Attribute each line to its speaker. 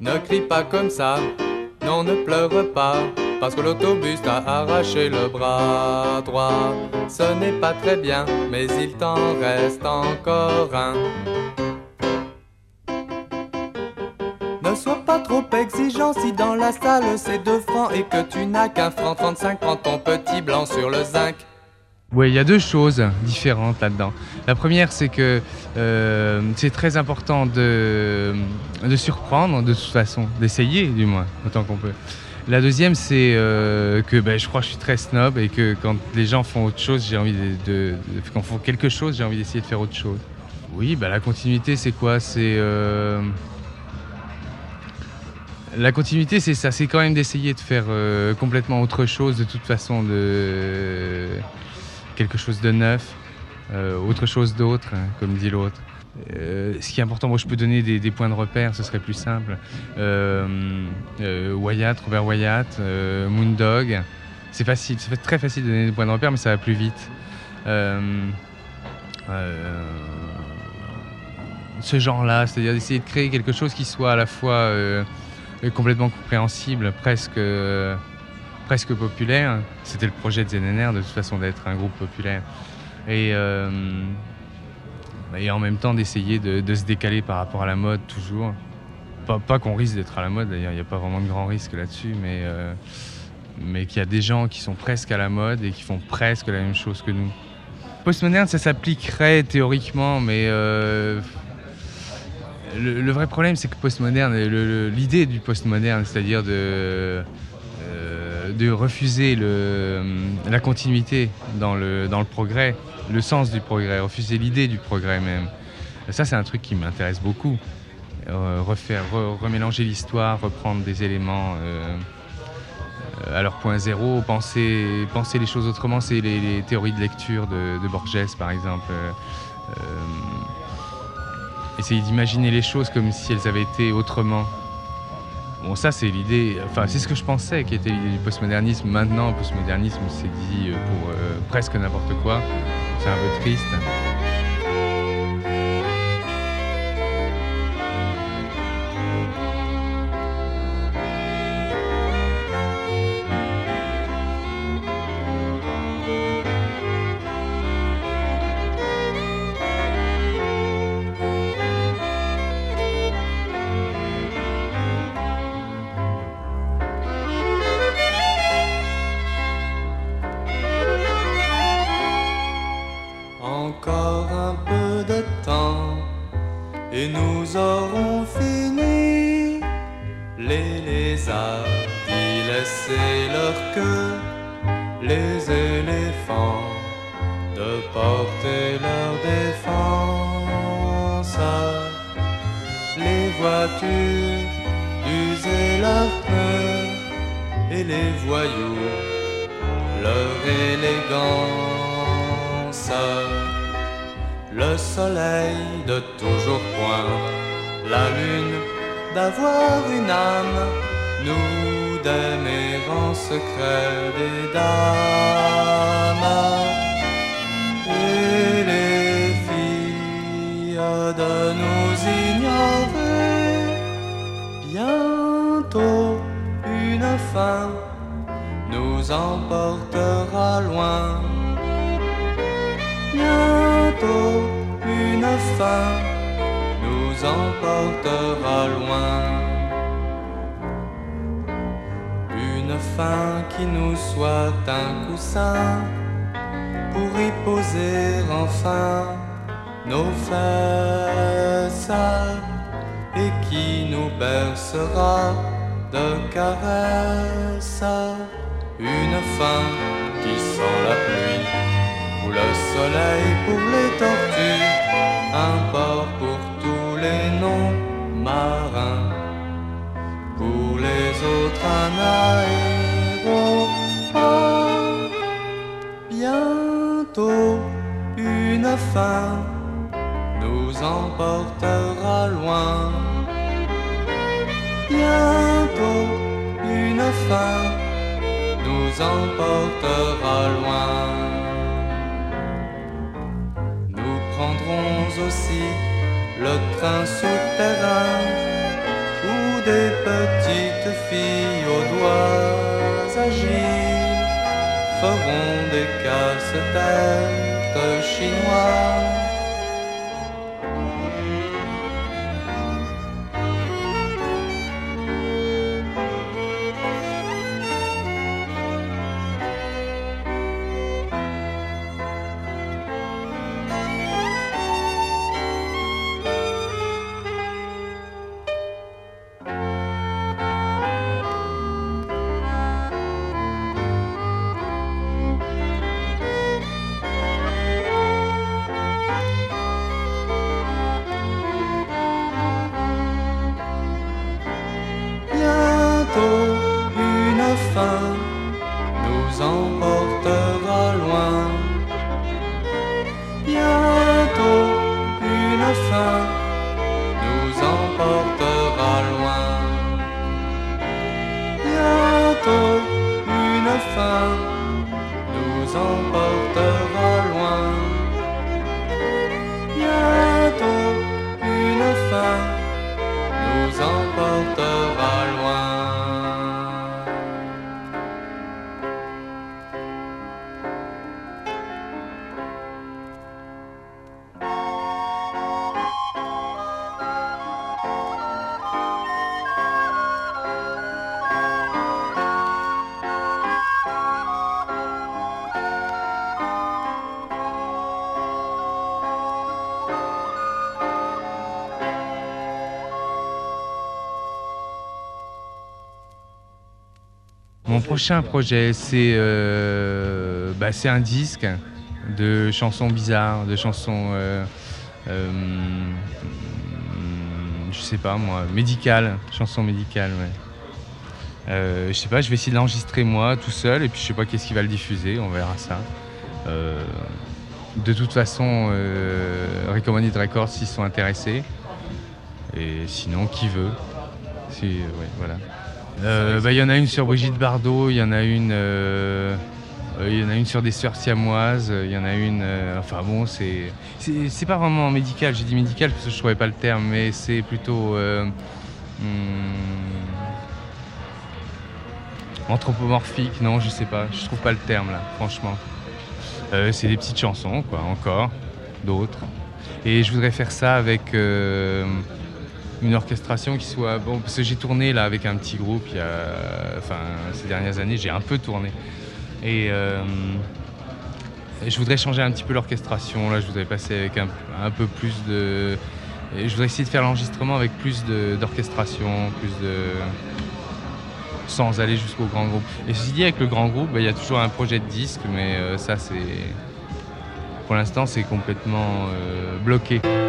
Speaker 1: Ne crie pas comme ça, non ne pleure pas, parce que l'autobus t'a arraché le bras droit. Ce n'est pas très bien, mais il t'en reste encore un. Ne sois pas trop exigeant si dans la salle c'est 2 francs et que tu n'as qu'un franc 35, prends ton petit blanc sur le zinc.
Speaker 2: Oui, il y a 2 choses différentes là-dedans. La première, c'est que c'est très important de surprendre de toute façon, d'essayer du moins, autant qu'on peut. La deuxième, c'est que je crois que je suis très snob et que quand les gens font autre chose, j'ai envie quand ils font quelque chose, j'ai envie d'essayer de faire autre chose. Oui, la continuité, c'est quoi ? La continuité, c'est ça, c'est quand même d'essayer de faire complètement autre chose, de toute façon, quelque chose de neuf, autre chose d'autre, hein, comme dit l'autre. Ce qui est important, moi je peux donner des points de repère, ce serait plus simple. Wyatt, Robert Wyatt, Moondog, c'est facile, c'est très facile de donner des points de repère, mais ça va plus vite. Ce genre-là, c'est-à-dire d'essayer de créer quelque chose qui soit à la fois complètement compréhensible, presque populaire. C'était le projet de ZNR de toute façon d'être un groupe populaire. Et en même temps d'essayer de se décaler par rapport à la mode toujours. Pas qu'on risque d'être à la mode d'ailleurs, il n'y a pas vraiment de grand risque là-dessus, mais qu'il y a des gens qui sont presque à la mode et qui font presque la même chose que nous. Postmoderne, ça s'appliquerait théoriquement, mais le vrai problème, c'est que postmoderne, l'idée du postmoderne, c'est-à-dire de refuser la continuité dans le progrès, le sens du progrès, refuser l'idée du progrès même. Ça, c'est un truc qui m'intéresse beaucoup. Remélanger l'histoire, reprendre des éléments à leur point zéro, penser les choses autrement, c'est les théories de lecture de Borges, par exemple. Essayer d'imaginer les choses comme si elles avaient été autrement. Bon, ça, c'est l'idée, enfin, c'est ce que je pensais qui était l'idée du postmodernisme. Maintenant, le postmodernisme, c'est dit pour presque n'importe quoi. C'est un peu triste.
Speaker 1: Encore un peu de temps et nous aurons fini. Les lézards d'y laisser leur queue, les éléphants de porter leur défense, les voitures d'user leurs pneus et les voyous leur élégance. Le soleil de toujours poindre, la lune d'avoir une âme, nous d'aimer en secret des dames, et les filles de nous ignorer. Bientôt une fin nous emportera loin. Bientôt une fin nous emportera loin. Une fin qui nous soit un coussin pour y poser enfin nos fesses et qui nous bercera de caresses. Une fin qui sent la pluie ou le soleil pour les tortues, un port pour tous les noms marins, pour les autres un aéroport. Bientôt une fin nous emportera loin. Bientôt une fin nous emportera loin. Nous prendrons aussi le train souterrain où des petites filles aux doigts agiles feront des casse-têtes chinois. Une fin nous emportera loin. Bientôt une fin nous emportera loin. Bientôt une fin nous emportera loin. Bientôt une fin nous emportera loin.
Speaker 2: Mon prochain projet, c'est un disque de chansons bizarres, de chansons, je sais pas moi, médicales, chansons médicales. Ouais. Je sais pas, je vais essayer de l'enregistrer moi tout seul et puis je sais pas qu'est-ce qui va le diffuser, on verra ça. De toute façon, Recommended Records s'ils sont intéressés. Et sinon, qui veut. Ouais, voilà. Y en a une sur Brigitte Bardot, il y en a une sur des sœurs siamoises, il y en a une. Enfin bon, c'est pas vraiment médical. J'ai dit médical parce que je trouvais pas le terme, mais c'est plutôt anthropomorphique. Non, je sais pas. Je trouve pas le terme là, franchement. C'est des petites chansons, quoi, encore d'autres. Et je voudrais faire ça avec une orchestration qui soit bon, parce que j'ai tourné là avec un petit groupe ces dernières années, j'ai un peu tourné et je voudrais changer un petit peu l'orchestration. Là, je voudrais passer avec un peu plus de, et je voudrais essayer de faire l'enregistrement avec plus d'orchestration, sans aller jusqu'au grand groupe. Et ceci dit, avec le grand groupe, il y a toujours un projet de disque, mais ça c'est, pour l'instant, c'est complètement bloqué.